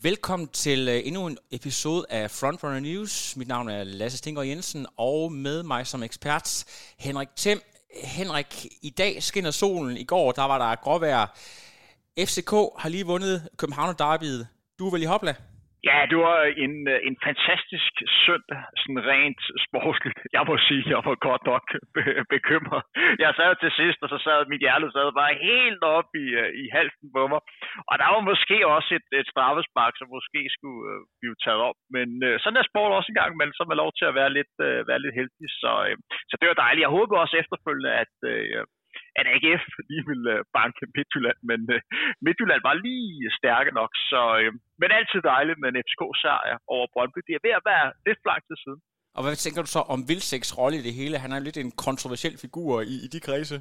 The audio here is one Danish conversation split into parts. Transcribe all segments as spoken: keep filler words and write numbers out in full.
Velkommen til uh, endnu en episode af Frontrunner News. Mit navn er Lasse Stinggaard Jensen, og med mig som ekspert Henrik Them. Henrik, i dag skinner solen. I går der var der gråvejr. F C K har lige vundet København Derbyet. Du er vel i hopla? Ja, det var en, en fantastisk søndag, sådan rent sportsligt. Jeg må sige, jeg var godt nok be- bekymret. Jeg sad til sidst, og så sad mit hjerte sad bare helt op i, i halsen på mig. Og der var måske også et, et straffespark, som måske skulle uh, blive taget op. Men uh, sådan er sport også en gang, men så er man lov til at være lidt, uh, være lidt heldig. Så, uh, så det var dejligt. Jeg håber også efterfølgende, at... Uh, at A G F lige ville banke Midtjylland, men uh, Midtjylland var lige stærke nok, så uh, men altid dejligt med en F C K-sejr over Brøndby. Det er ved at være lidt for lang tid siden. Og hvad tænker du så om Wilczeks rolle i det hele? Han er lidt en kontroversiel figur i, i de kredse.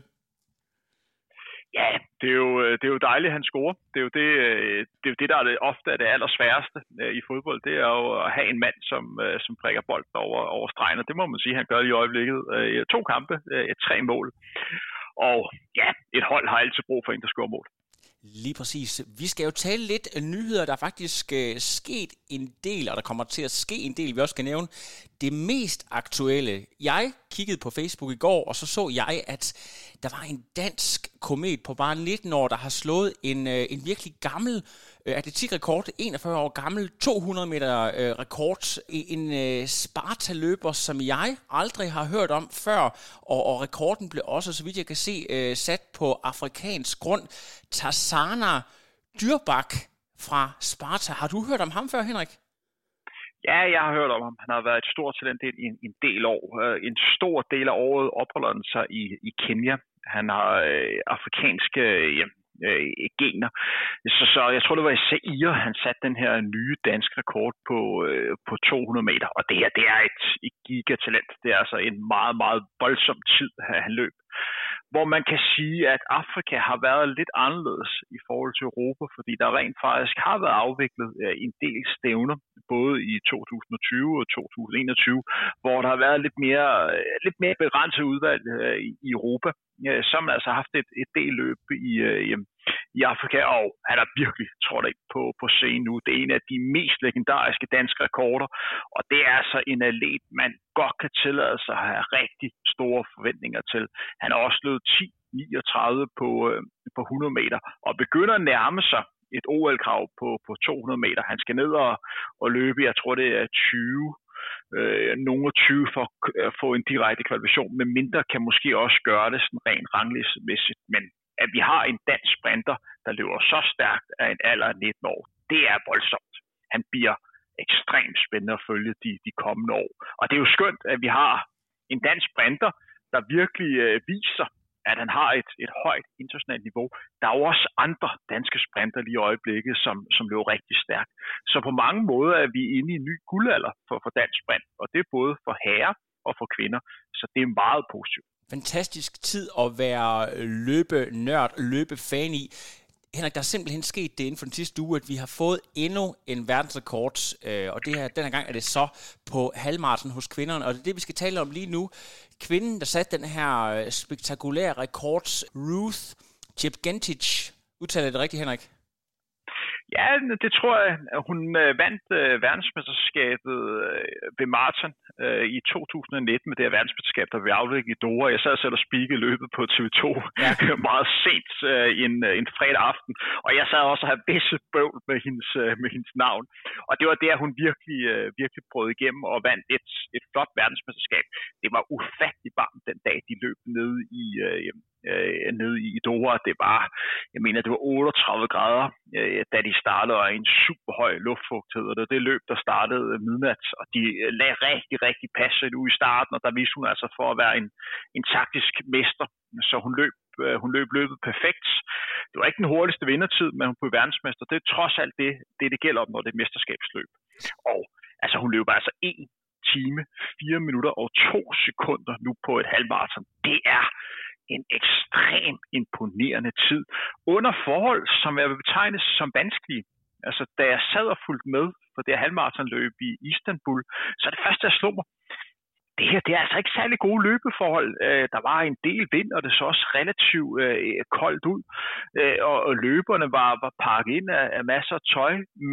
Ja, det er, jo, det er jo dejligt, at han scorer. Det er jo det, det, er jo det der er det, ofte er det allersværeste i fodbold. Det er jo at have en mand, som, som prikker bolden over, over stregen, og det må man sige, han gør i øjeblikket. To kampe, tre mål. Og ja, et hold har altid brug for en, der scorer mål. Lige præcis. Vi skal jo tale lidt nyheder. Der er faktisk øh, sket en del, og der kommer til at ske en del, vi også skal nævne. Det mest aktuelle. Jeg kiggede på Facebook i går, og så så jeg, at der var en dansk komet på bare nitten år, der har slået en, øh, en virkelig gammel øh, atletikrekord, enogfyrre år gammel, to hundrede meter øh, rekord. En øh, Sparta-løber, som jeg aldrig har hørt om før, og, og rekorden blev også, så vidt jeg kan se, øh, sat på afrikansk grund. Tarzana Dyrbak fra Sparta. Har du hørt om ham før, Henrik? Ja, jeg har hørt om ham. Han har været et stort talent i en, en del år. En stor del af året opholder han sig i, i Kenya. Han har øh, afrikanske øh, øh, gener. Så, så jeg tror, det var i Zaire, han satte den her nye danske rekord på, øh, på to hundrede meter. Og det her, det er et, et gigatalent. Det er altså en meget, meget voldsom tid, han løb. Hvor man kan sige, at Afrika har været lidt anderledes i forhold til Europa, fordi der rent faktisk har været afviklet en del stævner, både i to tusind og tyve og to tusind og enogtyve, hvor der har været lidt mere, lidt mere begrænset udvalg i Europa, som altså har haft et, et del løb i, i Afrika, og han er virkelig trådt ind på, på scenen nu. Det er en af de mest legendariske danske rekorder, og det er altså en atlet, man godt kan tillade sig at have rigtig store forventninger til. Han har også løbet ti niogtredive på, på hundrede meter, og begynder at nærme sig et O L-krav på, på to hundrede meter. Han skal ned og, og løbe, jeg tror det er tyve, øh, nogle af tyve for at få en direkte kvalifikation, men mindre kan måske også gøre det sådan rent rangligsmæssigt. Men at vi har en dansk sprinter, der løber så stærkt af en alder af nitten år, det er voldsomt. Han bliver ekstremt spændende at følge de, de kommende år. Og det er jo skønt, at vi har en dansk sprinter, der virkelig øh, viser, at han har et, et højt internationalt niveau. Der er jo også andre danske sprinter lige i øjeblikket, som, som løber rigtig stærkt. Så på mange måder er vi inde i en ny guldalder for, for dansk sprint, og det er både for herrer og for kvinder, så det er meget positivt. Fantastisk tid at være løbenørd, løbefan i. Henrik, der er simpelthen sket det inden for den sidste uge, at vi har fået endnu en verdensrekord, og det her, den her gang er det så på halvmaraton hos kvinderne, og det er det, vi skal tale om lige nu. Kvinden, der satte den her spektakulære rekord, Ruth Jepgentic. Udtaler det rigtigt, Henrik? Ja, det tror jeg. Hun vandt verdensmesterskabet ved maraton i to tusind og nitten med det her verdensmesterskab, der blev afviklet i Doha. Jeg sad selv og spikkede løbet på T V to ja. meget sent en, en fredag aften, og jeg sad også og havde visse bøvl med hendes, med hendes navn. Og det var der, hun virkelig, virkelig brød igennem og vandt et, et flot verdensmesterskab. Det var ufattelig varmt den dag, de løb nede i Øh, nede i Doha. Det var, jeg mener, det var otteogtredive grader, øh, da de startede, og en super høj luftfugtighed, og det var det løb, der startede midnat, og de lagde rigtig, rigtig passet ud i starten, og der viste hun altså for at være en, en taktisk mester, så hun løb, øh, hun løb løbet perfekt. Det var ikke den hurtigste vindertid, men hun blev verdensmester. Det er trods alt det, det, det gælder om, når det er et mesterskabsløb. Og altså, hun løber altså en time, fire minutter og to sekunder nu på et halvmaraton. Det er en ekstrem imponerende tid, under forhold, som jeg vil betegne som vanskelige. Altså, da jeg sad og fulgte med på det her halvmaratonløb i Istanbul, så det første, der slog mig, det her, det er altså ikke særlig gode løbeforhold. Øh, der var en del vind, og det så også relativt øh, koldt ud, øh, og, og løberne var, var pakket ind af, af masser af tøj, men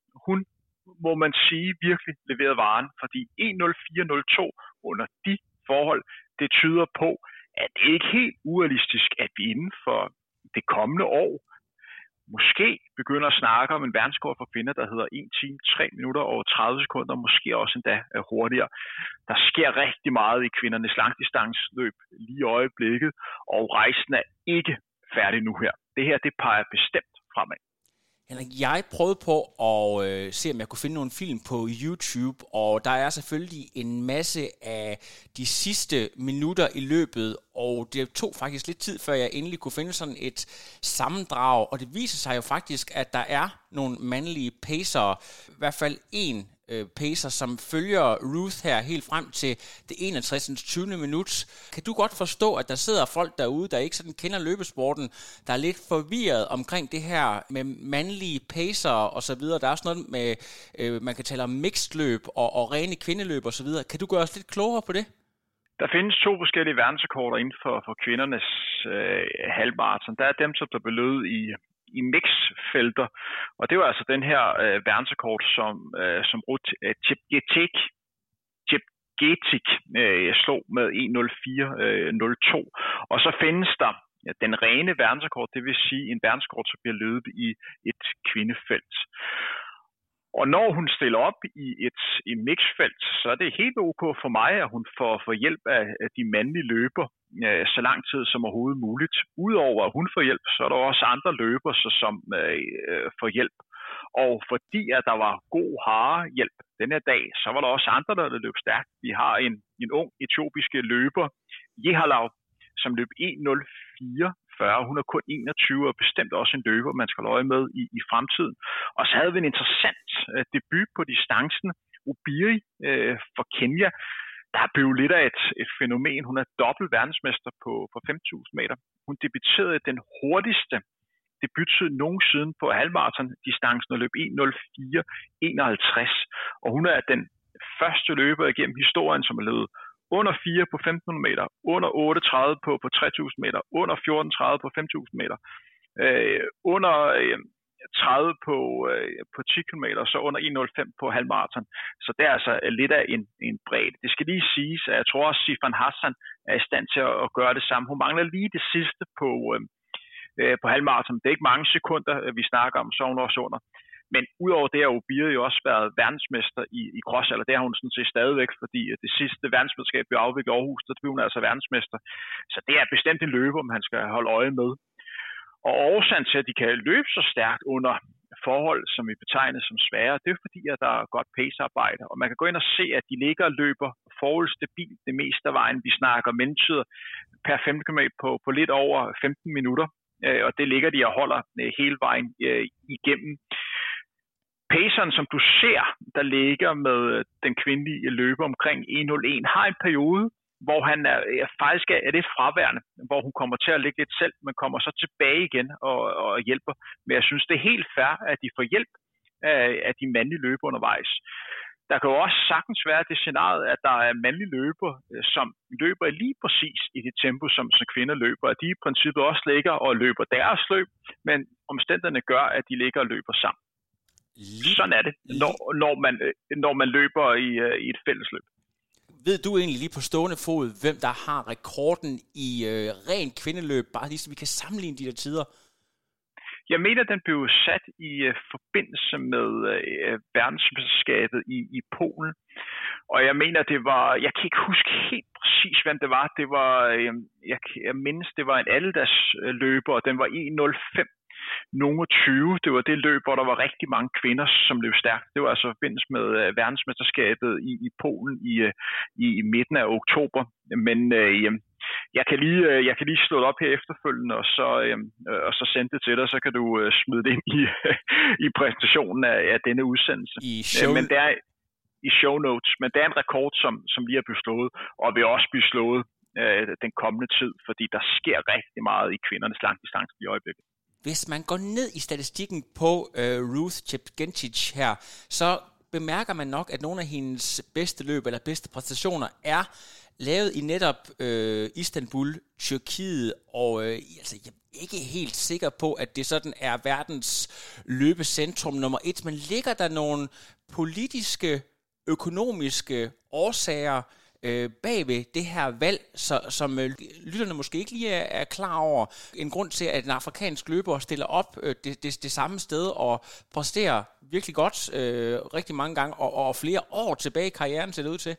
hun, må man sige, virkelig leverede varen, fordi en nul fire nul to under de forhold, det tyder på, at det ikke er helt urealistisk, at vi inden for det kommende år måske begynder at snakke om en verdenskort for kvinder, der hedder en time, tre minutter og tredive sekunder, måske også endda hurtigere. Der sker rigtig meget i kvindernes langdistanceløb lige i øjeblikket, og rejsen er ikke færdig nu her. Det her, det peger bestemt fremad. Henrik, jeg prøvede på at øh, se, om jeg kunne finde nogle film på YouTube, og der er selvfølgelig en masse af de sidste minutter i løbet, og det tog faktisk lidt tid, før jeg endelig kunne finde sådan et sammendrag, og det viser sig jo faktisk, at der er nogle mandlige pacere, i hvert fald en øh, pacer, som følger Ruth her helt frem til det enogtres tyvende minut. Kan du godt forstå, at der sidder folk derude, der ikke sådan kender løbesporten, der er lidt forvirret omkring det her med mandlige pacer og så videre. Der er også noget med, øh, man kan tale om mixed løb og, og rene kvindeløb og så videre. Kan du gøre os lidt klogere på det? Der findes to forskellige verdensrekorder inden for, for kvindernes øh, halvmarathon. Der er dem, som der blev løbet i i mixfelter, og det var altså den her øh, verdensrekord, som, øh, som Ruth øh, Chepgetic Chepgetic øh, slog med en nul fire nul to. Og så findes der ja, den rene verdensrekord, det vil sige en verdensrekord, som bliver løbet i et kvindefelt. Og når hun stiller op i et i mixfelt, så er det helt ok for mig, at hun får, får hjælp af, af de mandlige løber øh, så lang tid som overhovedet muligt. Udover at hun får hjælp, så er der også andre løber, så, som øh, får hjælp. Og fordi at der var god harehjælp den her dag, så var der også andre, der løb stærkt. Vi har en, en ung etiopiske løber, Jehalaw, som løb en nul fire fyrre. Hun er kun enogtyve og bestemt også en løber, man skal holde øje med i, i fremtiden. Og så havde vi en interessant øh, debut på distancen. Obiri øh, for Kenya, der er blevet lidt af et, et fænomen. Hun er dobbelt verdensmester på, på fem tusind meter. Hun debuterede den hurtigste debuttid nogensinde på halvmarathon-distancen og løb en nul fire enoghalvtreds. Og hun er den første løber igennem historien, som er løbet under fire på femten hundrede meter, under otte tredive på, på tre tusind meter, under fjorten tredive på fem tusind meter, øh, under øh, tredive på, øh, på ti kilometer, så under en nul fem på halvmarathon. Så det er altså lidt af en, en bredde. Det skal lige siges, at jeg tror også, at Sifan Hassan er i stand til at, at gøre det samme. Hun mangler lige det sidste på, øh, på halvmarathon. Det er ikke mange sekunder, vi snakker om, så hun også under. Men udover det har Obiri jo også været verdensmester i, i crossalder. Det har hun sådan set stadigvæk, fordi det sidste verdensmesterskab blev afviklet i Aarhus, der blev hun altså verdensmester. Så det er bestemt en løber, man skal holde øje med. Og årsagen til, at de kan løbe så stærkt under forhold, som vi betegner som svære, det er fordi, at der er godt pacearbejde. Og man kan gå ind og se, at de ligger og løber forholdt stabilt det meste af vejen. Vi snakker mellemtider per femten kilometer på, på lidt over femten minutter. Og det ligger de og holder hele vejen igennem. Paceren, som du ser, der ligger med den kvindelige løber omkring en nul en, har en periode, hvor han er, er faktisk er lidt fraværende, hvor hun kommer til at ligge lidt selv, men kommer så tilbage igen og, og hjælper. Men jeg synes, det er helt fair, at de får hjælp af, af de mandlige løber undervejs. Der kan jo også sagtens være det scenarie, at der er mandlige løber, som løber lige præcis i det tempo, som, som kvinder løber, at de i princippet også ligger og løber deres løb, men omstændighederne gør, at de ligger og løber sammen. Lige, Sådan er det, når, når, man, når man løber i, i et fællesløb. Ved du egentlig lige på stående fod, hvem der har rekorden i øh, ren kvindeløb, bare lige så vi kan sammenligne de der tider? Jeg mener, den blev sat i uh, forbindelse med uh, verdensmesterskabet i, i Polen. Og jeg mener, det var, jeg kan ikke huske helt præcis, hvem det var. Det var, uh, jeg, jeg mindes, det var en aldersdags løber, og den var en nul fem. Nogle tyve, det var det løb, hvor der var rigtig mange kvinder, som løb stærkt. Det var altså i forbindelse med uh, verdensmesterskabet i, i Polen i, uh, i, i midten af oktober. Men uh, jeg, kan lige, uh, jeg kan lige slå det op her efterfølgende, og så, uh, og så sende det til dig, så kan du uh, smide det ind i, i præsentationen af, af denne udsendelse. I show... uh, men det er i show notes, men det er en rekord, som, som lige er blevet slået, og vil også blive slået uh, den kommende tid, fordi der sker rigtig meget i kvindernes langdistance i øjeblikket. Hvis man går ned i statistikken på øh, Ruth Chepgetic her, så bemærker man nok, at nogle af hendes bedste løb eller bedste præstationer er lavet i netop øh, Istanbul, Tyrkiet, og øh, altså, jeg, ikke helt sikker på, at det sådan er verdens løbecentrum nummer et, men ligger der nogle politiske, økonomiske årsager øh, bag ved det her valg, så, som øh, lytterne måske ikke lige er, er klar over? En grund til, at en afrikansk løber stiller op øh, det, det, det samme sted og præsterer virkelig godt øh, rigtig mange gange, og, og flere år tilbage i karrieren ser det ud til?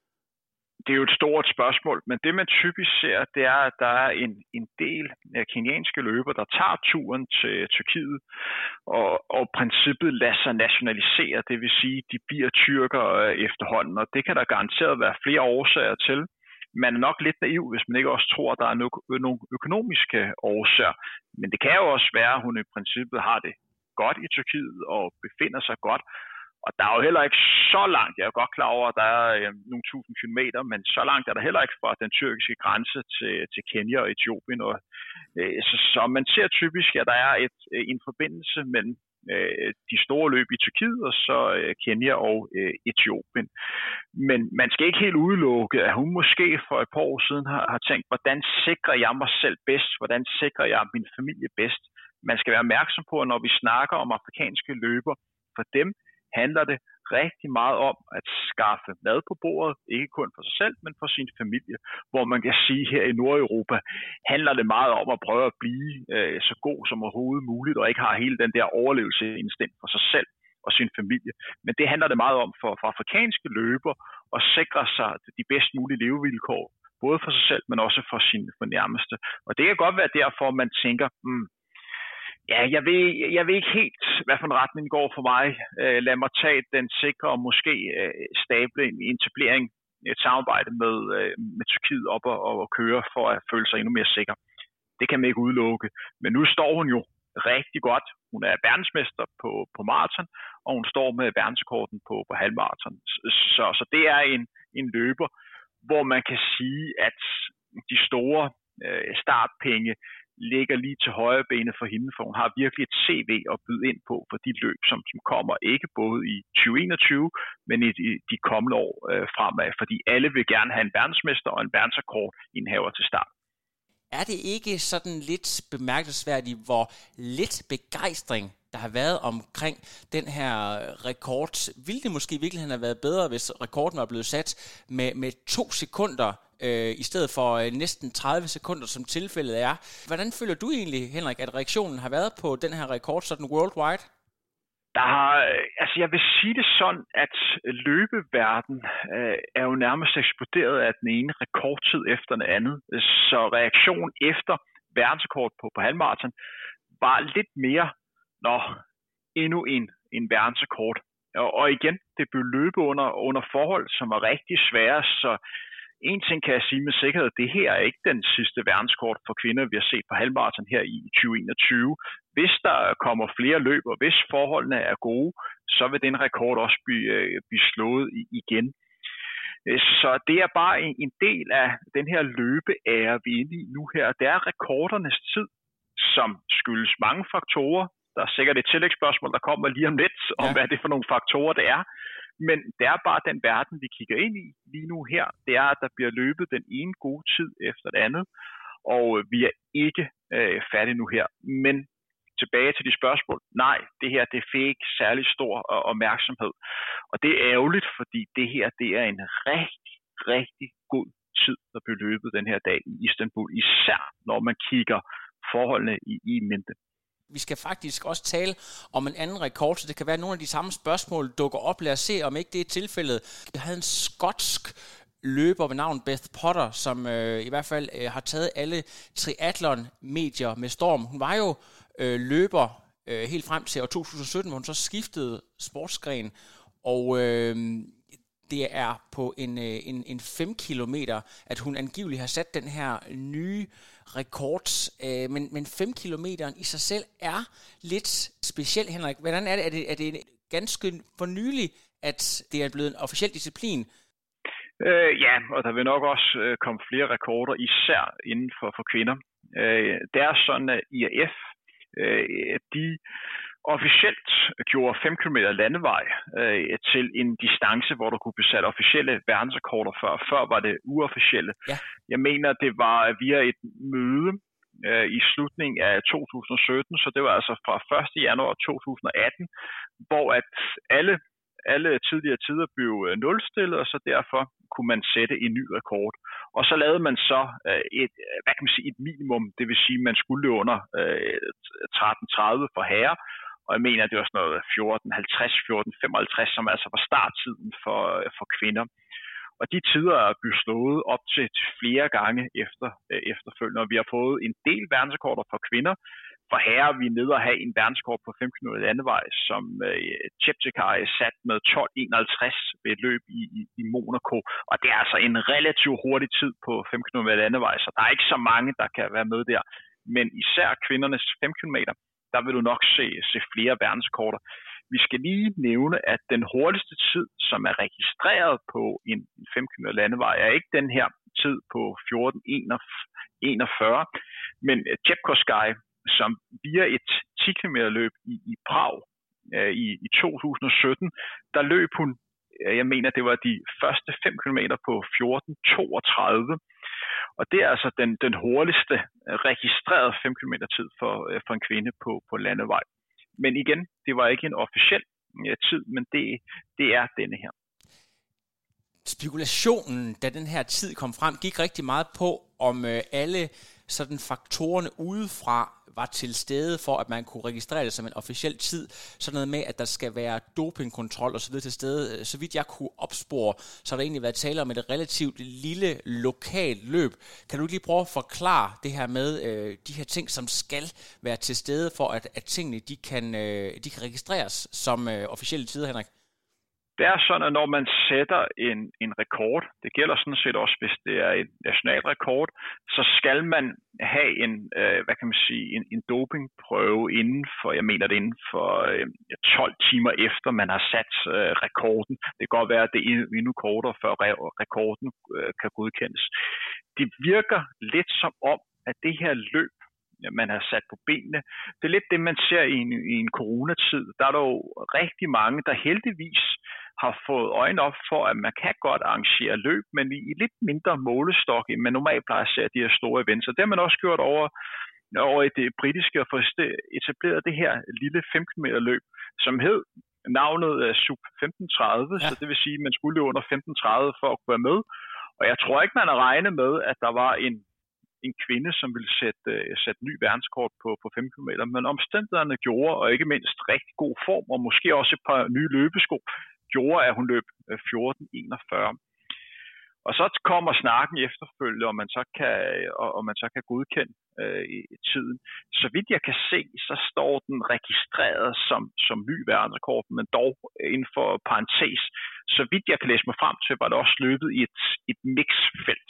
Det er jo et stort spørgsmål, men det man typisk ser, det er, at der er en, en del kenyanske løbere, der tager turen til Tyrkiet, og, og princippet lader sig nationalisere, det vil sige, de bliver tyrker efterhånden, og det kan der garanteret være flere årsager til. Man er nok lidt naiv, hvis man ikke også tror, at der er nogle økonomiske årsager, men det kan jo også være, at hun i princippet har det godt i Tyrkiet og befinder sig godt. Og der er jo heller ikke så langt, jeg er godt klar over, at der er øh, nogle tusind kilometer, men så langt er der heller ikke fra den tyrkiske grænse til, til Kenya og Etiopien. Og, øh, så, så man ser typisk, at der er et, øh, en forbindelse mellem øh, de store løb i Tyrkiet og så øh, Kenya og øh, Etiopien. Men man skal ikke helt udelukke, at hun måske for et par år siden har, har tænkt, hvordan sikrer jeg mig selv bedst? Hvordan sikrer jeg min familie bedst? Man skal være opmærksom på, at når vi snakker om afrikanske løber, for dem handler det rigtig meget om at skaffe mad på bordet, ikke kun for sig selv, men for sin familie. Hvor man kan sige, her i Nordeuropa handler det meget om at prøve at blive øh, så god som overhovedet muligt, og ikke har hele den der overlevelsesinstinkt for sig selv og sin familie. Men det handler det meget om for, for afrikanske løber at sikre sig de bedst mulige levevilkår, både for sig selv, men også for sine fornærmeste. Og det kan godt være derfor, man tænker, hmm, ja, jeg ved, jeg ved ikke helt, hvad for en retning går for mig. Øh, lad mig tage den sikre og måske øh, stable en etablering, et samarbejde med, øh, med Tyrkiet op og, og køre for at føle sig endnu mere sikker. Det kan man ikke udelukke. Men nu står hun jo rigtig godt. Hun er verdensmester på, på maraton, og hun står med verdensrekorden på, på halvmaraton. Så, så det er en, en løber, hvor man kan sige, at de store øh, startpenge ligger lige til højre benet for hende, for hun har virkelig et C V at byde ind på for de løb, som, som kommer ikke både i tyve enogtyve, men i de, de kommende år øh, fremad, fordi alle vil gerne have en verdensmester og en verdensrekordindhaver til start. Er det ikke sådan lidt bemærkelsesværdigt, hvor lidt begejstring der har været omkring den her rekord? Ville det måske i virkeligheden have været bedre, hvis rekorden var blevet sat med, med to sekunder øh, i stedet for øh, næsten tredive sekunder, som tilfældet er? Hvordan føler du egentlig, Henrik, at reaktionen har været på den her rekord sådan worldwide? Der har, altså jeg vil sige det sådan, at løbeverden øh, er jo nærmest eksploderet af den ene rekordtid efter den anden. Så reaktionen efter verdensrekord på, på halvmaraton var lidt mere, nå, endnu en, en verdensrekord. Og, og igen, det blev løbet under, under forhold, som var rigtig svære, så en ting kan jeg sige med sikkerhed, det her er ikke den sidste verdenskort for kvinder, vi har set på halvmaraton her i tyve enogtyve. Hvis der kommer flere løb, og hvis forholdene er gode, så vil den rekord også blive, øh, blive slået igen. Så det er bare en, en del af den her løbeære, vi er inde i nu her. Det er rekordernes tid, som skyldes mange faktorer. Der er sikkert et tillægsspørgsmål, der kommer lige om lidt, om ja. Hvad det er for nogle faktorer, det er. Men det er bare den verden, vi kigger ind i lige nu her. Det er, at der bliver løbet den ene gode tid efter det andet, og vi er ikke øh, færdige nu her. Men tilbage til de spørgsmål. Nej, det her det fik ikke særlig stor øh, opmærksomhed. Og det er ærgerligt, fordi det her det er en rigtig, rigtig god tid, der bliver løbet den her dag i Istanbul. Især når man kigger forholdene i, i mente. Vi skal faktisk også tale om en anden rekord, så det kan være, at nogle af de samme spørgsmål dukker op. Lad os se, om ikke det er tilfældet. Jeg havde en skotsk løber ved navn Beth Potter, som øh, i hvert fald øh, har taget alle triathlon-medier med storm. Hun var jo øh, løber øh, helt frem til år to tusind og sytten, hvor hun så skiftede sportsgren, og øh, det er på en, en, en fem kilometer, at hun angiveligt har sat den her nye rekord. Øh, men, men fem kilometeren i sig selv er lidt speciel, Henrik. Hvordan er det? Er det, er det ganske for nylig, at det er blevet en officiel disciplin? Øh, ja, og der vil nok også øh, komme flere rekorder, især inden for, for kvinder. Øh, det er sådan, at I A F, øh, de officielt gjorde fem kilometer landevej øh, til en distance, hvor der kunne blive sat officielle verdensrekorder før. Før var det uofficielle. Ja. Jeg mener, det var via et møde øh, i slutningen af to tusind og sytten, så det var altså fra første januar to tusind og atten, hvor at alle, alle tidligere tider blev nulstillet, og så derfor kunne man sætte en ny rekord. Og så lavede man så øh, et, hvad kan man sige, et minimum, det vil sige, at man skulle løbe under øh, tretten tredive for herrer, og jeg mener, det var sådan noget fjorten halvtreds, fjorten femoghalvtreds, som altså var starttiden for, for kvinder. Og de tider er blevet slået op til, til flere gange efter, øh, efterfølgende, og vi har fået en del verdensrekorder for kvinder. For herrer er vi nede at have en verdenskort på fem kilometer landevej, som øh, Cheptegei sat med tolv enoghalvtreds ved et løb i, i, i Monaco. Og det er altså en relativt hurtig tid på fem kilometer landevej, så der er ikke så mange, der kan være med der. Men især kvindernes fem kilometer, der vil du nok se, se flere verdenskorter. Vi skal lige nævne, at den hurtigste tid, som er registreret på en fem kilometer landevej, er ikke den her tid på fjorten enogfyrre, men Cheptegei, som via et ti kilometer løb i, i Prag øh, i, i to tusind og sytten, der løb hun, jeg mener, det var de første fem kilometer på fjorten toogtredive. Og det er altså den, den hurtigste registrerede fem kilometer tid for, for en kvinde på, på landevej. Men igen, det var ikke en officiel ja, tid, men det, det er denne her. Spekulationen, da den her tid kom frem, gik rigtig meget på, om øh, alle sådan faktorerne udefra var til stede for, at man kunne registrere det som en officiel tid. Sådan noget med, at der skal være dopingkontrol og så videre til stede. Så vidt jeg kunne opspore, så har der egentlig været tale om et relativt lille lokalt løb. Kan du lige prøve at forklare det her med øh, de her ting, som skal være til stede for, at, at tingene de kan, øh, de kan registreres som øh, officielle tider, Henrik? Det er sådan, at når man sætter en, en rekord, det gælder sådan set også, hvis det er en national rekord, så skal man have en, øh, hvad kan man sige, en, en dopingprøve inden for, jeg mener det inden for øh, tolv timer efter, man har sat øh, rekorden. Det kan godt være, at det er endnu kortere, før rekorden øh, kan godkendes. Det virker lidt som om, at det her løb, man har sat på benene, det er lidt det, man ser i en, i en coronatid. Der er jo rigtig mange, der heldigvis har fået øjnene op for, at man kan godt arrangere løb, men i, i lidt mindre målestok, end man normalt plejer at se de her store events. Og det har man også gjort over, over i det britiske og fået etableret det her lille fem kilometer løb, som hed navnet Sub femten tredive, ja. Så det vil sige, at man skulle løbe under femten tredive for at kunne være med. Og jeg tror ikke, man har regnet med, at der var en en kvinde, som ville sætte, uh, sætte ny verdenskort på, på fem kilometer, men omstændighederne gjorde, og ikke mindst rigtig god form, og måske også et par nye løbesko, gjorde, at hun løb fjorten enogfyrre. Og så kommer snakken efterfølgende, og man så kan, og, og man så kan godkende øh, i tiden. Så vidt jeg kan se, så står den registreret som, som ny verdensrekord, men dog inden for parentes. Så vidt jeg kan læse mig frem til, var det også løbet i et, et mixfelt.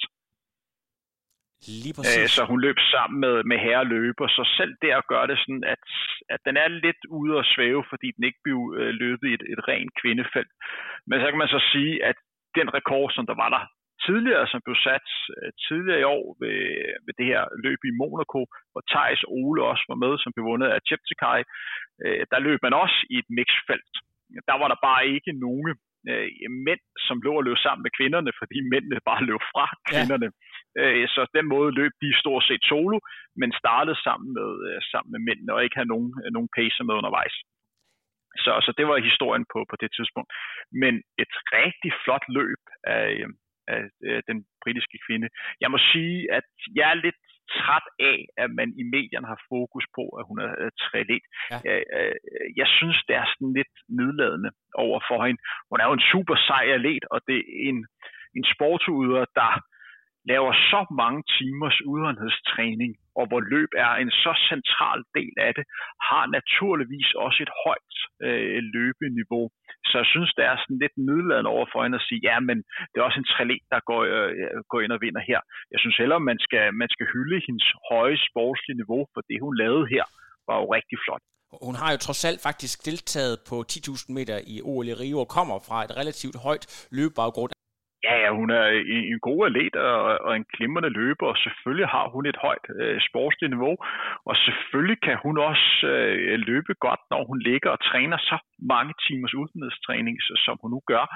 Lige præcis. Så hun løb sammen med, med herreløber, så selv der gør det sådan, at, at den er lidt ude at svæve, fordi den ikke blev øh, løbet i et, et rent kvindefelt. Men så kan man så sige, at den rekord, som der var der tidligere, som blev sat øh, tidligere i år ved, ved det her løb i Monaco, hvor Theis Ole også var med, som blev vundet af Cheptegei, øh, der løb man også i et mixfelt. Der var der bare ikke nogen øh, mænd, som lå og løb sammen med kvinderne, fordi mændene bare løb fra kvinderne. Ja. Så den måde løb de stort set solo, men startede sammen med, sammen med mændene, og ikke havde nogen, nogen pacer med undervejs. Så, så det var historien på, på det tidspunkt. Men et rigtig flot løb af, af, af den britiske kvinde. Jeg må sige, at jeg er lidt træt af, at man i medierne har fokus på, at hun er triatlet. Ja. Jeg, jeg synes, det er sådan lidt nedladende over for hende. Hun er jo en super sej atlet, og det er en, en sportsudøver, der laver så mange timers udholdenhedstræning, og hvor løb er en så central del af det, har naturligvis også et højt øh, løbeniveau. Så jeg synes, det er sådan lidt nedladende over for hende at sige, ja, men det er også en triatlet, der går, øh, går ind og vinder her. Jeg synes hellere, man skal, man skal hylde hendes høje sportslige niveau, for det hun lavede her var jo rigtig flot. Hun har jo trods alt faktisk deltaget på ti tusind meter i O L i Rio og kommer fra et relativt højt løbebaggrund. Ja, ja, hun er en god atlet og, og en glimrende løber, og selvfølgelig har hun et højt øh, sportsligt niveau, og selvfølgelig kan hun også øh, løbe godt, når hun ligger og træner så mange timers udholdenhedstræning, som hun nu gør.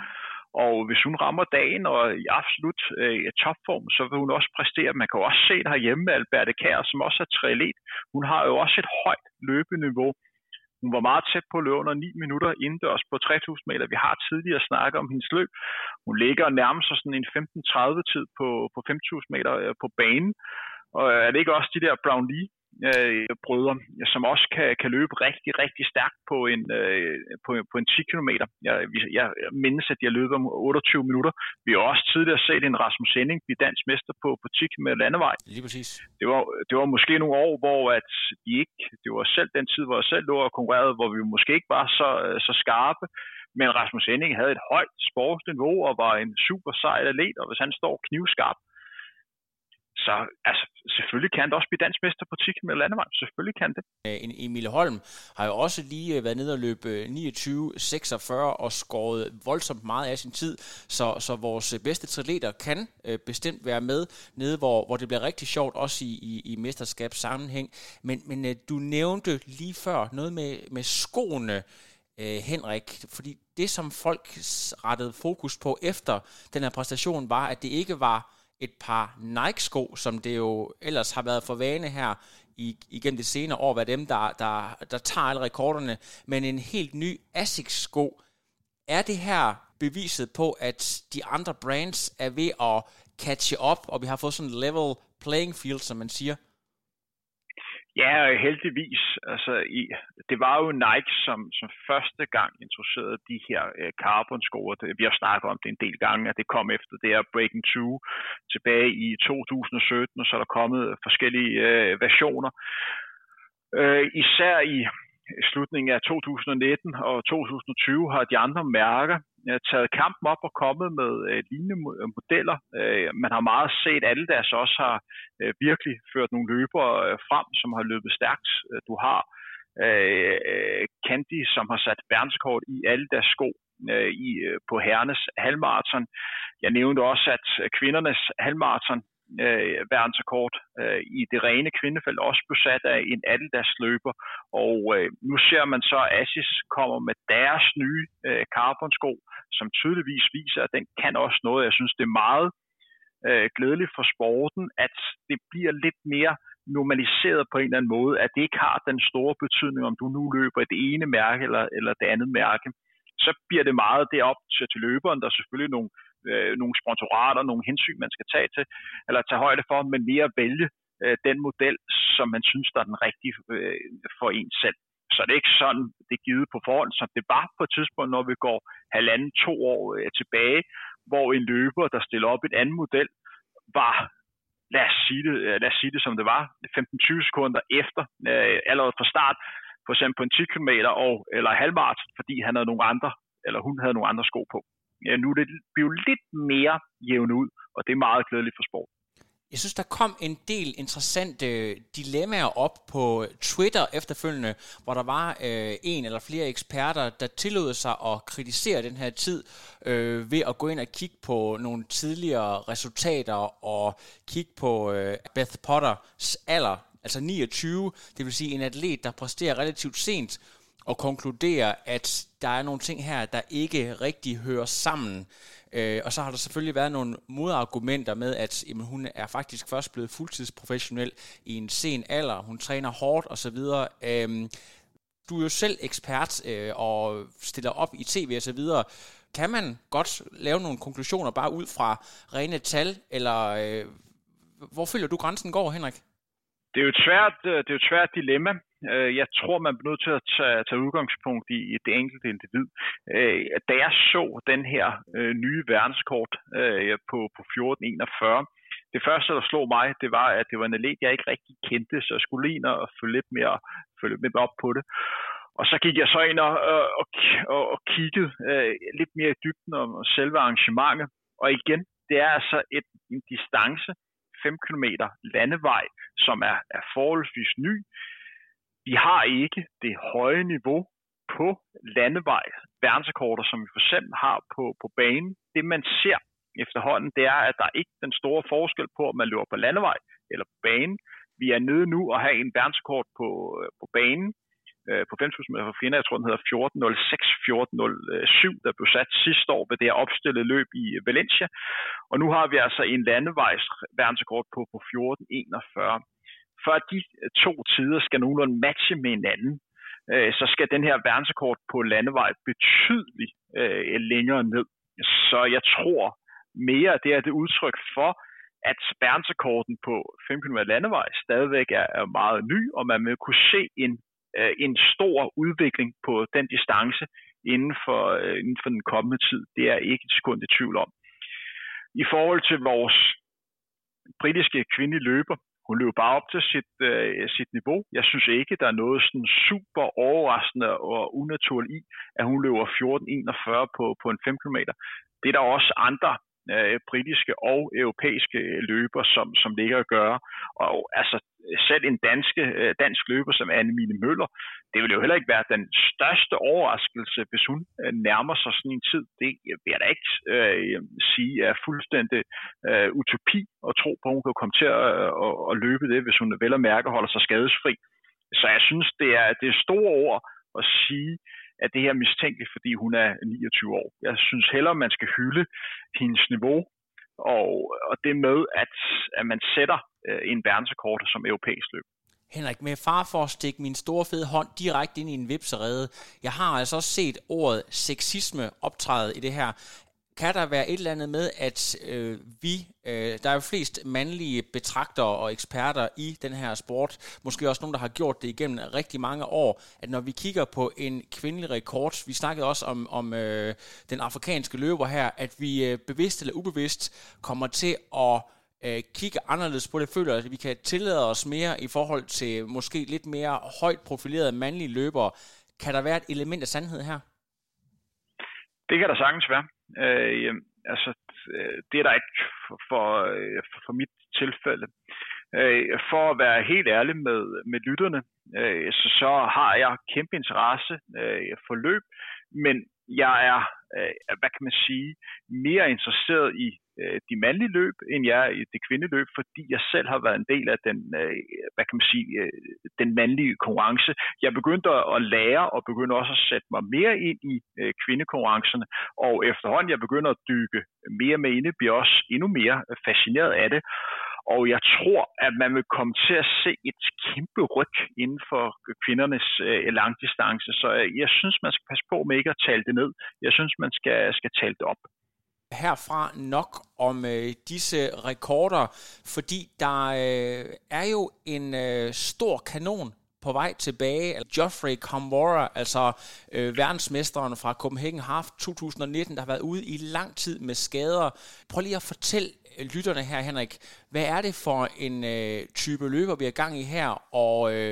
Og hvis hun rammer dagen og i absolut øh, topform, så vil hun også præstere. Man kan også se det herhjemme med Alberte Kjær, som også er triatlet. Hun har jo også et højt løbeniveau. Hun var meget tæt på at løbe under ni minutter indendørs på tre tusind meter. Vi har tidligere snakket om hendes løb. Hun ligger nærmest sådan en femten tredive tid på, på fem tusind meter på banen. Og er det ikke også de der Brownlee brødre, som også kan, kan løbe rigtig, rigtig stærkt på en, øh, på, på en ti kilometer. Jeg, jeg mindes, at de har løbet om otteogtyve minutter. Vi har også tidligere set en Rasmus Henning blive dansk mester på, på ti med landevej. Lige præcis. Det var, det var måske nogle år, hvor at de ikke, det var selv den tid, hvor jeg selv lå og konkurrerede, hvor vi måske ikke var så, så skarpe. Men Rasmus Henning havde et højt sportsniveau og var en super sej atlet, og hvis han står knivskarp, så altså, selvfølgelig kan det også blive dansk mester på ti kilometer landevej. Selvfølgelig kan det. Emil Holm har jo også lige været nede og løbe niogtyve seksogfyrre og skåret voldsomt meget af sin tid, så, så vores bedste triatleter kan øh, bestemt være med nede, hvor, hvor det bliver rigtig sjovt, også i, i, i mesterskabssammenhæng. Men, men øh, du nævnte lige før noget med, med skoene, øh, Henrik, fordi det, som folk rettede fokus på efter den her præstation, var, at det ikke var et par Nike-sko, som det jo ellers har været for vane her i, igennem det senere år, hvad dem, der, der, der tager alle rekorderne, men en helt ny Asics-sko. Er det her beviset på, at de andre brands er ved at catche up, og vi har fået sådan en level playing field, som man siger? Ja, heldigvis. Altså, i, det var jo Nike, som, som første gang introducerede de her øh, carbon-sko. Vi har snakket om det en del gange, at det kom efter det her Breaking Two tilbage i to tusind sytten, og så er der kommet forskellige øh, versioner. Øh, især i slutningen af to tusind nitten og to tusind tyve har de andre mærker taget kampen op og kommet med øh, lignende modeller. Øh, man har meget set, at Adidas også har øh, virkelig ført nogle løbere øh, frem, som har løbet stærkt. Du har øh, Candy, som har sat verdensrekord i Adidas sko øh, i, øh, på herrenes halvmarathon. Jeg nævnte også, at kvindernes halvmarathon øh, verdensrekord øh, i det rene kvindefelt også blev sat af en Adidas løber, og øh, nu ser man så, at Asics kommer med deres nye øh, carbon-sko, som tydeligvis viser, at den kan også noget. Jeg synes, det er meget øh, glædeligt for sporten, at det bliver lidt mere normaliseret på en eller anden måde, at det ikke har den store betydning, om du nu løber i det ene mærke eller, eller det andet mærke. Så bliver det meget derop til, til løberen. Der er selvfølgelig nogle Øh, nogle sponsorater, nogle hensyn, man skal tage til, eller tage højde for, men mere vælge øh, den model, som man synes, der er den rigtige øh, for en selv. Så det er ikke sådan, det er givet på forhånd, som det var på et tidspunkt, når vi går halvanden, to år øh, tilbage, hvor en løber, der stiller op et andet model, var, lad os sige det, øh, lad os sige det som det var, femten til tyve sekunder efter, øh, allerede fra start, for eksempel på en ti kilometer og, eller halvmarathon, fordi han havde nogle andre, eller hun havde nogle andre sko på. Ja, nu er det blevet lidt mere jævnt ud, og det er meget glædeligt for sport. Jeg synes, der kom en del interessante dilemmaer op på Twitter efterfølgende, hvor der var øh, en eller flere eksperter, der tillod sig at kritisere den her tid øh, ved at gå ind og kigge på nogle tidligere resultater og kigge på øh, Beth Potters alder, altså niogtyve, det vil sige en atlet, der præsterer relativt sent, og konkludere, at der er nogle ting her, der ikke rigtig hører sammen. Øh, og så har der selvfølgelig været nogle modargumenter med, at jamen, hun er faktisk først blevet fuldtidsprofessionel i en sen alder. Hun træner hårdt osv. Øh, du er jo selv ekspert øh, og stiller op i tv og så videre. Kan man godt lave nogle konklusioner bare ud fra rene tal, eller øh, hvor føler du grænsen går, Henrik? Det er jo et svært, det er jo et svært dilemma. Jeg tror, man bliver nødt til at tage, tage udgangspunkt i, i det enkelte individ. Da jeg så den her øh, nye verdensrekord øh, på, på fjorten enogfyrre, det første, der slog mig, det var, at det var en atlet, jeg ikke rigtig kendte, så jeg skulle lige ind og følge lidt mere, følge lidt mere op på det. Og så gik jeg så ind og, og, og, og kiggede øh, lidt mere i dybden om selve arrangementet. Og igen, det er altså et, en distance, fem kilometer landevej, som er, er forholdsvis ny. Vi har ikke det høje niveau på landevej, verdensrekorder, som vi for eksempel har på, på banen. Det man ser efterhånden, det er, at der er ikke den store forskel på, om man løber på landevej eller på banen. Vi er nede nu og have en verdensrekord på, på banen. på fem tusind meter for kvinder. Jeg tror, den hedder fjorten nul seks fjorten nul syv, der blev sat sidste år ved det her opstillede løb i Valencia. Og nu har vi altså en landevejs verdensrekord på, på fjorten enogfyrre. For at de to tider skal nogenlunde matche med hinanden, øh, så skal den her verdensrekord på landevej betydeligt øh, længere ned. Så jeg tror mere, at det er det udtryk for, at verdensrekorden på fem kilometer landevej stadigvæk er, er meget ny, og man vil kunne se en, øh, en stor udvikling på den distance inden for, øh, inden for den kommende tid. Det er ikke et sekund i tvivl om. I forhold til vores britiske kvindelige løber, hun løber bare op til sit, øh, sit niveau. Jeg synes ikke, der er noget sådan super overraskende og unaturligt i, at hun løber fjorten enogfyrre på, på en fem kilometer. Det er der også andre øh, britiske og europæiske løber, som, som ligger at gøre. Og altså selv en danske, øh, dansk løber som Anne-Mille Møller, det vil jo heller ikke være den største overraskelse, hvis hun øh, nærmer sig sådan en tid. Det vil jeg da ikke øh, sige er fuldstændig øh, utopi at tro på, at hun kan komme til at, at, at løbe det, hvis hun vel og mærke holder sig skadesfri. Så jeg synes, det er, det er store ord at sige, at det her er mistænkeligt, fordi hun er niogtyve år. Jeg synes hellere, man skal hylde hendes niveau, og, og det med, at, at man sætter øh, en verdensrekord som europæisk løb. Henrik, med far for at stikke min store fede hånd direkte ind i en vipserede. Jeg har altså også set ordet sexisme optræde i det her. Kan der være et eller andet med, at øh, vi, øh, der er jo flest mandlige betragtere og eksperter i den her sport, måske også nogen, der har gjort det igennem rigtig mange år, at når vi kigger på en kvindelig rekord, vi snakkede også om, om øh, den afrikanske løber her, at vi øh, bevidst eller ubevidst kommer til at øh, kigge anderledes på det, føler at vi kan tillade os mere i forhold til måske lidt mere højt profilerede mandlige løbere. Kan der være et element af sandhed her? Det kan der sagtens være. Øh, altså, det er der ikke for, for, for mit tilfælde. Øh, for at være helt ærlig med, med lytterne, øh, så, så har jeg kæmpe interesse øh, for løb, men jeg er, øh, hvad kan man sige, mere interesseret i øh, de mandlige løb, end jeg er i det kvindelige løb, fordi jeg selv har været en del af den, øh, hvad kan man sige, øh, den mandlige konkurrence. Jeg begyndte at lære og begyndte også at sætte mig mere ind i øh, kvindekonkurrencerne, og efterhånden jeg begynder at dykke mere med inde, bliver også endnu mere fascineret af det. Og jeg tror, at man vil komme til at se et kæmpe ryg inden for kvindernes øh, langdistance. Så jeg synes, man skal passe på med ikke at tale det ned. Jeg synes, man skal, skal tale det op. Herfra nok om øh, disse rekorder, fordi der øh, er jo en øh, stor kanon på vej tilbage. Geoffrey Kamworor, altså øh, verdensmesteren fra Copenhagen Half to tusind nitten, der har været ude i lang tid med skader. Prøv lige at fortælle lytterne her, Henrik, hvad er det for en øh, type løber, vi er gang i her, og øh,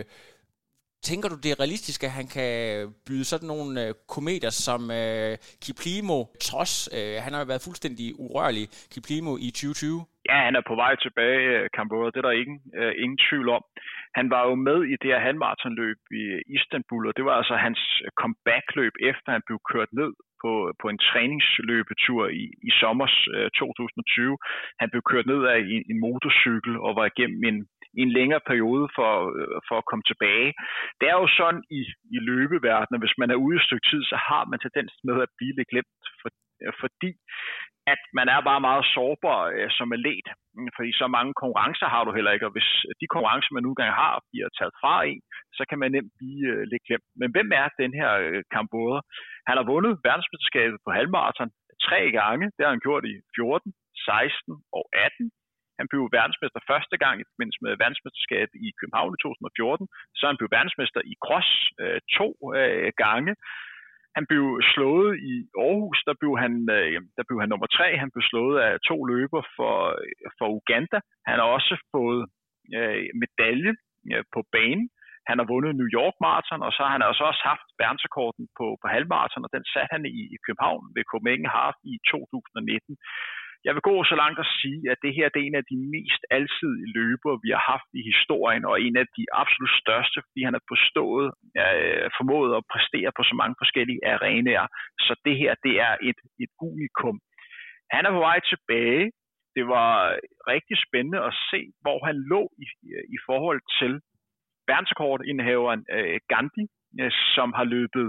tænker du, det er realistisk, at han kan byde sådan nogle øh, kometer som øh, Kiplimo, trods øh, han har jo været fuldstændig urørlig, Kiplimo i tyve tyve? Ja, han er på vej tilbage, Kamworor. Det er der ingen, øh, ingen tvivl om. Han var jo med i det her halvmaratonløb i Istanbul, og det var altså hans comeback-løb, efter han blev kørt ned på, på en træningsløbetur i, i sommers øh, to tusind tyve. Han blev kørt ned af en, en motorcykel og var igennem en, en længere periode for, øh, for at komme tilbage. Det er jo sådan i, i løbeverdenen, hvis man er ude et stykke tid, så har man tendens med at blive lidt glemt, for, øh, fordi at man er bare meget sårbar øh, som atlet, fordi så mange konkurrencer har du heller ikke, og hvis de konkurrencer, man nu engang har, bliver taget fra en, så kan man nemt blive øh, lidt glemt. Men hvem er den her øh, Kamworor? Han har vundet verdensmesterskabet på halvmaraton tre gange. Det har han gjort i fjorten, seksten og atten. Han blev verdensmester første gang i forbindelse med verdensmesterskabet i København i to tusind fjorten. Så han blev verdensmester i cross øh, to øh, gange. Han blev slået i Aarhus, der blev han, øh, der blev han nummer tre. Han blev slået af to løber for, for Uganda. Han har også fået øh, medalje øh, på banen. Han har vundet New York Marathon, og så har han altså også haft verdensrekorden på, på halvmarathon, og den satte han i, i København ved Copenhagen Half i to tusind nitten. Jeg vil gå så langt at sige, at det her det er en af de mest alsidige løbere, vi har haft i historien, og en af de absolut største, fordi han har forstået, øh, formået at præstere på så mange forskellige arenaer. Så det her, det er et, et unikum. Han er på vej tilbage. Det var rigtig spændende at se, hvor han lå i, i forhold til verdensrekordindehaveren øh, Gandhi som har løbet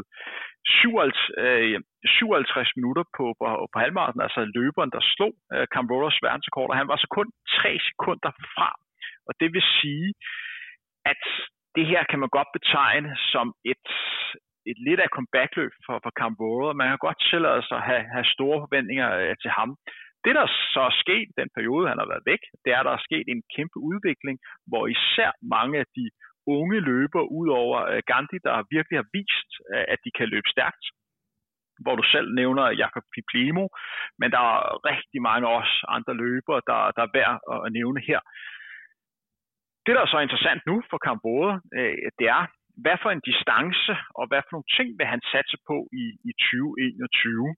syvoghalvtreds minutter på, på, på halvmarathon, altså løberen, der slog Cam Rowers verdensrekord, og han var så kun tre sekunder fra. Og det vil sige, at det her kan man godt betegne som et, et lidt af comeback-løb for, for Cam Rowers. Man kan godt tillade sig at have, have store forventninger til ham. Det, der så er sket i den periode, han har været væk, det er, at der er sket en kæmpe udvikling, hvor især mange af de unge løber ud over Gandhi, der virkelig har vist, at de kan løbe stærkt. Hvor du selv nævner Jakob Kiplimo, men der er rigtig mange også andre løbere, der, der er værd at nævne her. Det, der er så interessant nu for Cam Rowers, det er, hvad for en distance og hvad for nogle ting vil han satse på i, i tyve enogtyve.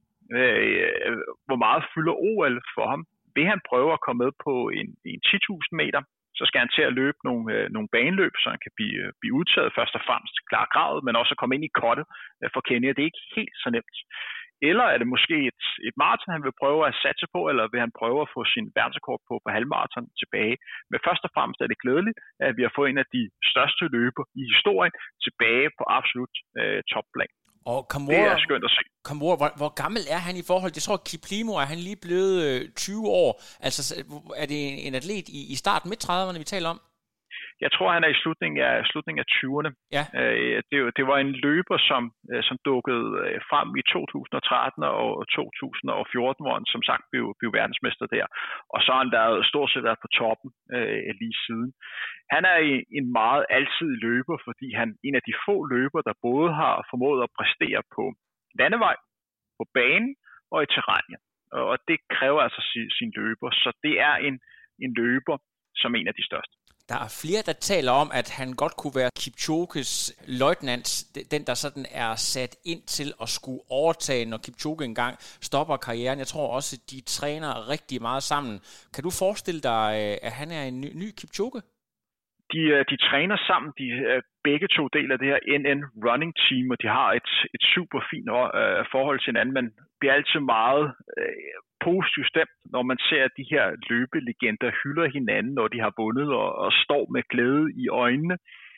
Hvor meget fylder O L for ham? Vil han prøve at komme med på en, en ti tusind meter? Så skal han til at løbe nogle, øh, nogle baneløb, så han kan blive, øh, blive udtaget først og fremmest klar gradet, men også at komme ind i kottet øh, for Kenya. Det er ikke helt så nemt. Eller er det måske et, et maraton, han vil prøve at satse på, eller vil han prøve at få sin verdensrekord på, på halvmaraton tilbage? Men først og fremmest er det glædeligt, at vi har fået en af de største løber i historien tilbage på absolut øh, topplan. Og Kamora, det er skønt at se. Kamora, hvor, hvor gammel er han i forhold? Jeg tror, Kiplimo er han lige blevet øh, tyve år. Altså, er det en, en atlet i, i starten midt trediverne, vi taler om? Jeg tror, han er i slutningen af, slutningen af tyverne. Ja. Øh, det, det var en løber, som, som dukkede frem i to tusind og tretten og to tusind og fjorten, hvor han som sagt blev, blev verdensmester der. Og så har han været, stort set været på toppen øh, lige siden. Han er en meget altidig løber, fordi han er en af de få løber, der både har formået at præstere på landevej, på banen og i terrænet. Og det kræver altså sin, sin løber. Så det er en, en løber som en af de største. Der er flere, der taler om, at han godt kunne være Kipchoges løjtnant, den der sådan er sat ind til at skulle overtage, når Kipchoge engang stopper karrieren. Jeg tror også, at de træner rigtig meget sammen. Kan du forestille dig, at han er en ny, ny Kipchoge? De, de træner sammen, de begge to deler af det her N N Running Team, og de har et, et super fint uh, forhold til hinanden, men bliver altid meget uh, positivt stemt, når man ser, at de her løbelegender hylder hinanden, når de har vundet og, og står med glæde i øjnene,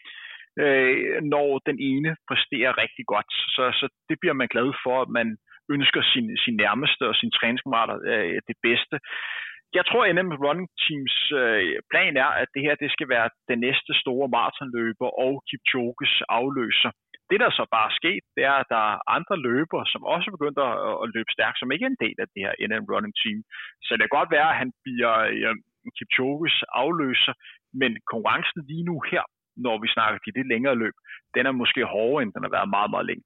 uh, når den ene præsterer rigtig godt. Så, så det bliver man glad for, at man ønsker sin, sin nærmeste og sine træningskammerater uh, det bedste. Jeg tror, at N M Running Teams øh, plan er, at det her det skal være den næste store maratonløber og Kipchoges afløser. Det, der så bare er sket, det er, at der er andre løbere, som også begynder at, at løbe stærkt, som ikke er en del af det her N M Running Team. Så det kan godt være, at han bliver øh, Kipchoges afløser, men konkurrencen lige nu her, når vi snakker de lidt længere løb, den er måske hårdere, end den har været meget, meget længe.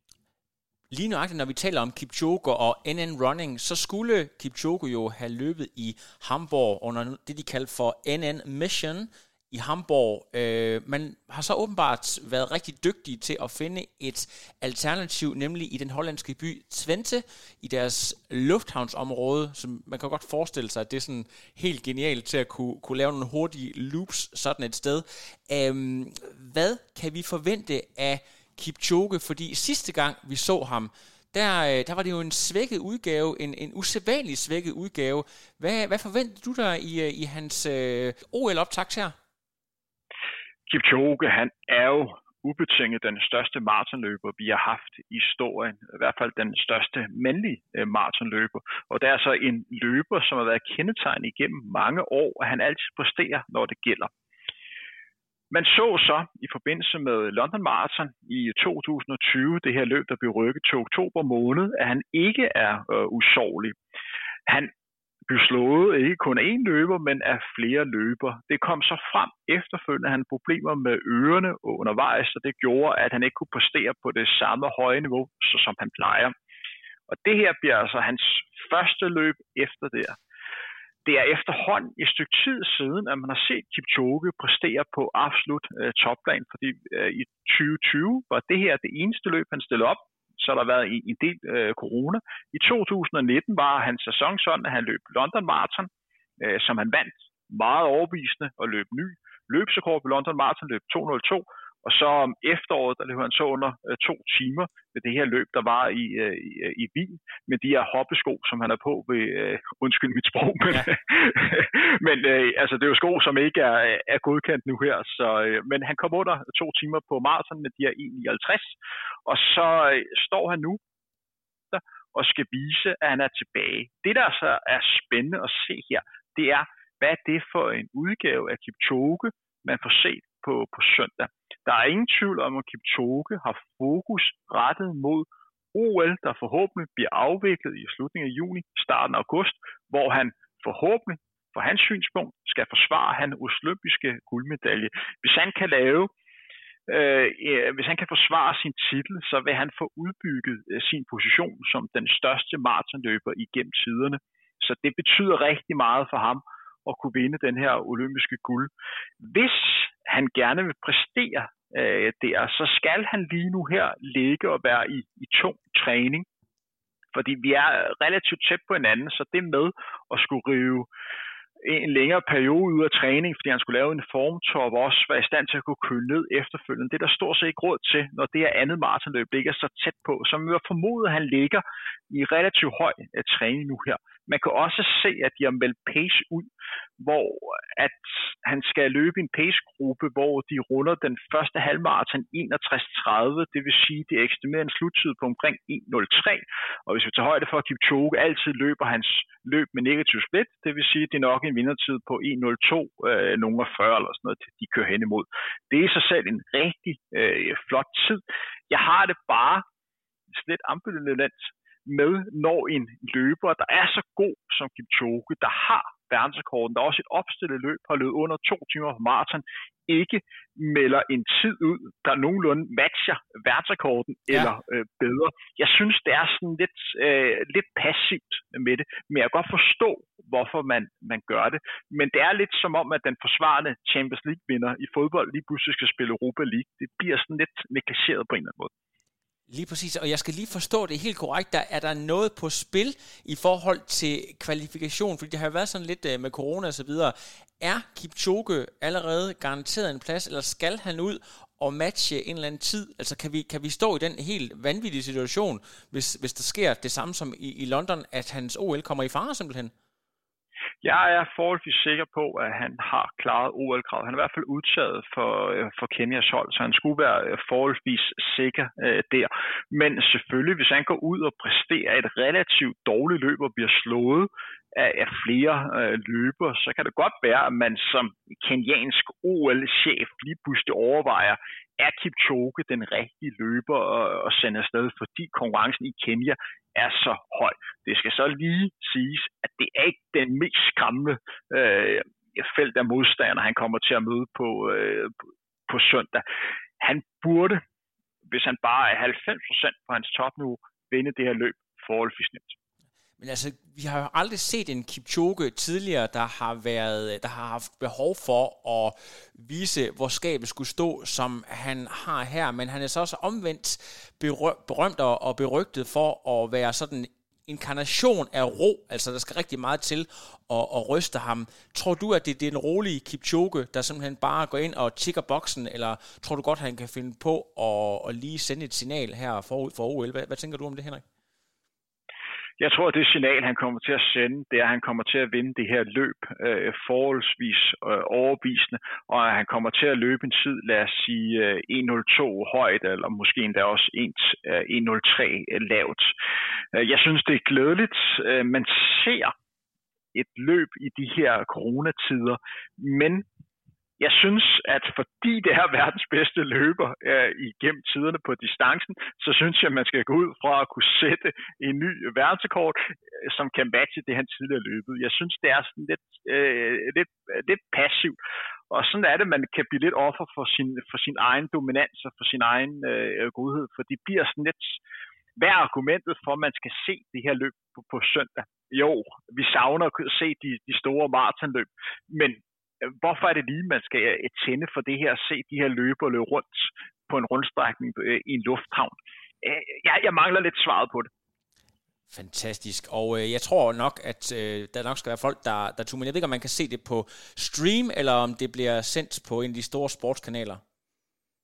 Lige nøjagtigt, når vi taler om Kipchoge og N N Running, så skulle Kipchoge jo have løbet i Hamburg under det, de kalder for N N Mission i Hamburg. Øh, man har så åbenbart været rigtig dygtige til at finde et alternativ, nemlig i den hollandske by Twente, i deres lufthavnsområde, som man kan godt forestille sig, at det er sådan helt genialt til at kunne, kunne lave nogle hurtige loops sådan et sted. Øh, hvad kan vi forvente af Kipchoge, fordi sidste gang vi så ham, der, der var det jo en svækket udgave, en, en usædvanlig svækket udgave. Hvad, hvad forventer du der i, i hans øh, O L-optakt her? Kipchoge, han er jo ubetinget den største maratonløber, vi har haft i historien. I hvert fald den største mandlige øh, maratonløber. Og det er altså en løber, som har været kendetegnet igennem mange år, og han altid præsterer, når det gælder. Man så så i forbindelse med London Marathon i to tusind og tyve, det her løb, der blev rykket til oktober måned, at han ikke er øh, usårlig. Han blev slået ikke kun af én løber, men af flere løber. Det kom så frem efterfølgende, at han havde problemer med ørerne undervejs, og det gjorde, at han ikke kunne præstere på det samme høje niveau, så som han plejer. Og det her bliver altså hans første løb efter det. Det er efterhånden et stykke tid siden, at man har set Kipchoge præstere på absolut øh, topplan, fordi øh, i tyve tyve var det her det eneste løb, han stillede op. Så har der været en, en del øh, corona. I to tusind og nitten var hans sæson sådan, at han løb London Marathon, øh, som han vandt meget overbevisende og løb ny løbsrekord på London Marathon, løb to nul to. Og så om efteråret, der løb han så under øh, to timer ved det her løb, der var i, øh, i, i Wien, med de her hoppesko, som han er på ved, øh, undskyld mit sprog, men, ja. men øh, altså, det er jo sko, som ikke er, er godkendt nu her, så, øh, men han kom under to timer på maraton med de her en nioghalvtreds, og så øh, står han nu der, og skal vise, at han er tilbage. Det, der så er spændende at se her, det er, hvad er det for en udgave af Kipchoge, man får set på, på søndag. Der er ingen tvivl om, at Kipchoge har fokus rettet mod O L, der forhåbentlig bliver afviklet i slutningen af juni, starten af august, hvor han forhåbentlig, fra hans synspunkt, skal forsvare hans olympiske guldmedalje. Hvis han kan lave, øh, hvis han kan forsvare sin titel, så vil han få udbygget øh, sin position som den største maratonløber igennem tiderne. Så det betyder rigtig meget for ham at kunne vinde den her olympiske guld. Hvis han gerne vil præstere øh, der, så skal han lige nu her ligge og være i, i tung træning. Fordi vi er relativt tæt på hinanden, så det med at skulle rive en længere periode ud af træning, fordi han skulle lave en formtop og også være i stand til at kunne køle ned efterfølgende. Det er der stort set ikke råd til, når det her andet maratonløb ligger så tæt på. Så man vil formode, at han ligger i relativt høj træning nu her. Man kan også se, at de har meldt pace ud, hvor at han skal løbe i en pacegruppe, hvor de runder den første halvmaraton enogtres tredive, det vil sige, det er estimeret en sluttid på omkring en nul tre. Og hvis vi tager højde for, at Kipchoge altid løber hans løb med negativ split, det vil sige, det er nok en vindertid på en nul to, øh, nogen af fyrre eller sådan noget, de kører hen imod. Det er i sig selv en rigtig øh, flot tid. Jeg har det bare slet ambivalent med, når en løber, der er så god som Kipchoge, der har verdensrekorden, der også et opstillet løb har løbet under to timer på maraton, ikke melder en tid ud, der nogenlunde matcher verdensrekorden ja. eller øh, bedre. Jeg synes, det er sådan lidt, øh, lidt passivt med det, men jeg kan godt forstå, hvorfor man, man gør det. Men det er lidt som om, at den forsvarende Champions League-vinder i fodbold lige pludselig skal spille Europa League. Det bliver sådan lidt negligeret på en eller anden måde. Lige præcis, og jeg skal lige forstå det helt korrekt, der er der noget på spil i forhold til kvalifikation, fordi det har jo været sådan lidt med corona og så videre. Er Kipchoge allerede garanteret en plads, eller skal han ud og matche en eller anden tid? Altså kan vi, kan vi stå i den helt vanvittige situation, hvis, hvis der sker det samme som i, i London, at hans O L kommer i fare simpelthen? Jeg er forholdsvis sikker på, at han har klaret O L-kravet. Han er i hvert fald udtaget for, for Kenyas hold, så han skulle være forholdsvis sikker øh, der. Men selvfølgelig, hvis han går ud og præsterer et relativt dårligt løb og bliver slået af, af flere øh, løber, så kan det godt være, at man som kenyansk O L-chef lige pludselig overvejer, er Kipchoge den rigtige løber at sende afsted, fordi konkurrencen i Kenya er så høj. Det skal så lige siges, at det er ikke den mest skræmmende øh, felt af modstander, han kommer til at møde på, øh, på, på søndag. Han burde, hvis han bare er halvfems procent på hans topniveau, vinde det her løb forholdsvis nemt. Men altså, vi har jo aldrig set en Kipchoge tidligere, der har været, der har haft behov for at vise, hvor skabet skulle stå, som han har her. Men han er så også omvendt berømt og berygtet for at være sådan en inkarnation af ro. Altså, der skal rigtig meget til at, at ryste ham. Tror du, at det er den rolige Kipchoge, der simpelthen bare går ind og tikker boksen, eller tror du godt, han kan finde på at, at lige sende et signal her forud for O L? Hvad, hvad tænker du om det, Henrik? Jeg tror, at det signal, han kommer til at sende, det er, at han kommer til at vinde det her løb øh, forholdsvis øh, overbevisende, og at han kommer til at løbe en tid, lad os sige, øh, en nul to højt, eller måske endda også en nul tre øh, lavt. Jeg synes, det er glædeligt. Øh, man ser et løb i de her coronatider, men jeg synes, at fordi det er verdens bedste løber øh, igennem tiderne på distancen, så synes jeg, at man skal gå ud fra at kunne sætte en ny verdensrekord, øh, som kan matche det, han tidligere løbet. Jeg synes, det er sådan lidt, øh, lidt, lidt passivt. Og sådan er det, man kan blive lidt offer for sin, for sin egen dominans og for sin egen øh, godhed, for det bliver sådan lidt... Hvad er argumentet for, at man skal se det her løb på, på søndag? Jo, vi savner at se de, de store maratonløb, men hvorfor er det lige, man skal tænde for det her, se de her løber løbe rundt på en rundstrækning i en lufthavn? Jeg, jeg mangler lidt svaret på det. Fantastisk, og øh, jeg tror nok, at øh, der nok skal være folk, der, der tror, men jeg ved ikke, om man kan se det på stream, eller om det bliver sendt på en af de store sportskanaler.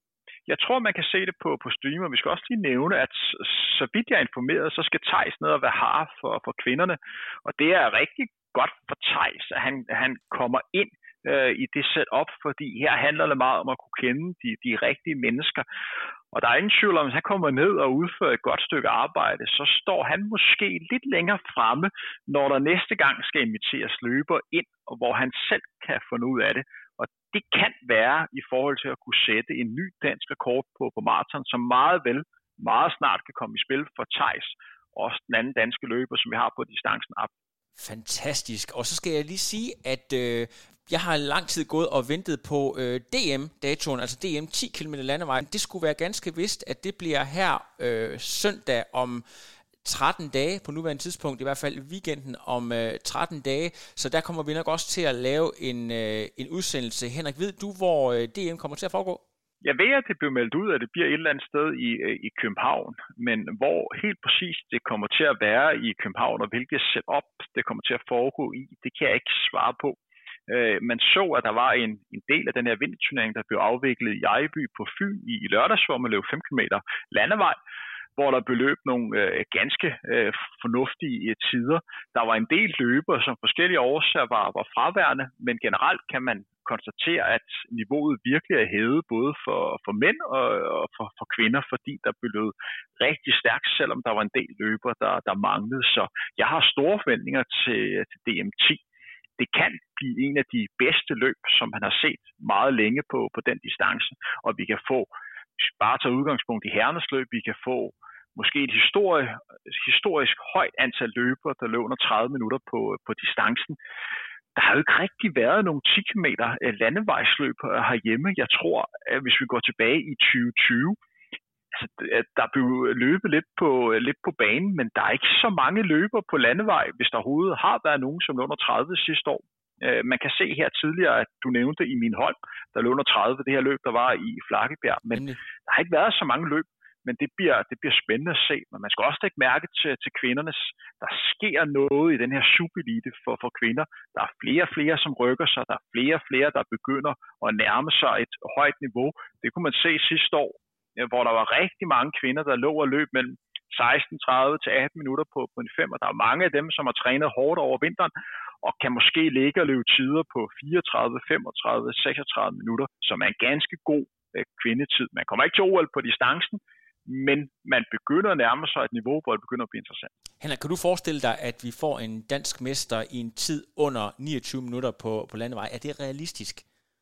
Jeg tror, man kan se det på, på streamer. Vi skal også lige nævne, at så vidt jeg er informeret, så skal Theis ned og være har for, for kvinderne. Og det er rigtig godt for Theis, at han, at han kommer ind øh, i det setup, fordi her handler det meget om at kunne kende de, de rigtige mennesker. Og der er ingen tvivl om, at han kommer ned og udfører et godt stykke arbejde, så står han måske lidt længere fremme, når der næste gang skal inviteres løber ind, og hvor han selv kan få ud af det. Og det kan være i forhold til at kunne sætte en ny dansk rekord på, på maraton, som meget vel, meget snart kan komme i spil for Theis, og også den anden danske løber, som vi har på distancen op. Fantastisk. Og så skal jeg lige sige, at øh, jeg har lang tid gået og ventet på øh, D M-datoen, altså D M ti kilometer landevej. Det skulle være ganske vist, at det bliver her øh, søndag om tretten dage, på nuværende tidspunkt, i hvert fald weekenden om øh, tretten dage, så der kommer vi nok også til at lave en, øh, en udsendelse. Henrik, ved du, hvor øh, D M kommer til at foregå? Jeg ved, at det blev meldt ud, at det bliver et eller andet sted i, i København, men hvor helt præcis det kommer til at være i København, og hvilket setup det kommer til at foregå i, det kan jeg ikke svare på. Øh, man så, at der var en, en del af den her vinterturnering, der blev afviklet i Ejby på Fyn i, i lørdags, hvor man løb fem kilometer landevej, hvor der beløb nogle øh, ganske øh, fornuftige øh, tider. Der var en del løber, som forskellige årsager var, var fraværende, men generelt kan man konstatere, at niveauet virkelig er hævet både for, for mænd og, og for, for kvinder, fordi der blev løbet rigtig stærkt, selvom der var en del løber, der, der manglede. Så jeg har store forventninger til, til D M ti. Det kan blive en af de bedste løb, som man har set meget længe på, på den distance, og vi kan få, hvis vi bare tager udgangspunkt i herrenes løb, vi kan få måske et historie, historisk højt antal løbere, der løber under tredive minutter på, på distancen. Der har jo ikke rigtig været nogle ti kilometer landevejsløb herhjemme. Jeg tror, at hvis vi går tilbage i tyve tyve, altså, der blev løbet lidt på, lidt på banen, men der er ikke så mange løbere på landevej, hvis der overhovedet har været nogen, som lå under tredive sidste år. Man kan se her tidligere, at du nævnte i min hold, der lå under tredive, det her løb, der var i Flakkebjerg, men der har ikke været så mange løb. Men det bliver, det bliver spændende at se. Men man skal også lægge mærke til, til kvindernes. Der sker noget i den her subelite for, for kvinder. Der er flere og flere, som rykker sig. Der er flere og flere, der begynder at nærme sig et højt niveau. Det kunne man se sidste år, hvor der var rigtig mange kvinder, der lå og løb mellem seksten tredive til atten minutter på, på en fem. Og der er mange af dem, som har trænet hårdt over vinteren, og kan måske ligge og løbe tider på fireogtredive, femogtredive, seksogtredive minutter, som er en ganske god øh, kvindetid. Man kommer ikke til O L på distancen, men man begynder at nærme sig et niveau, hvor det begynder at blive interessant. Henrik, kan du forestille dig, at vi får en dansk mester i en tid under niogtyve minutter på, på landevej? Er det realistisk?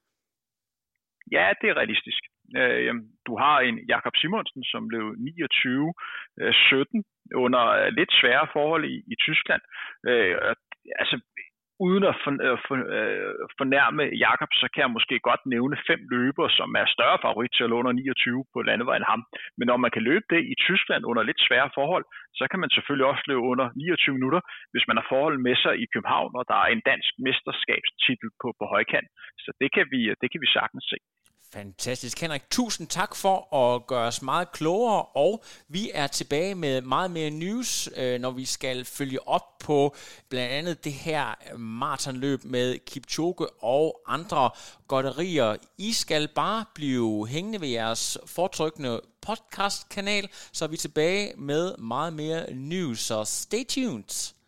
Ja, det er realistisk. Øh, du har en Jakob Simonsen, som blev niogtyve sytten under lidt svære forhold i, i Tyskland. Øh, altså, uden at for, for, fornærme Jakob, så kan jeg måske godt nævne fem løbere, som er større favorit til at løbe under niogtyve på landevej end ham. Men når man kan løbe det i Tyskland under lidt svære forhold, så kan man selvfølgelig også løbe under niogtyve minutter, hvis man har forhold med sig i København, og der er en dansk mesterskabstitel på, på højkant. Så det kan vi, det kan vi sagtens se. Fantastisk. Henrik, tusind tak for at gøre os meget klogere, og vi er tilbage med meget mere news, når vi skal følge op på blandt andet det her maratonløb med Kipchoge og andre godterier. I skal bare blive hængende ved jeres foretrykne podcastkanal, så er vi tilbage med meget mere news, så stay tuned.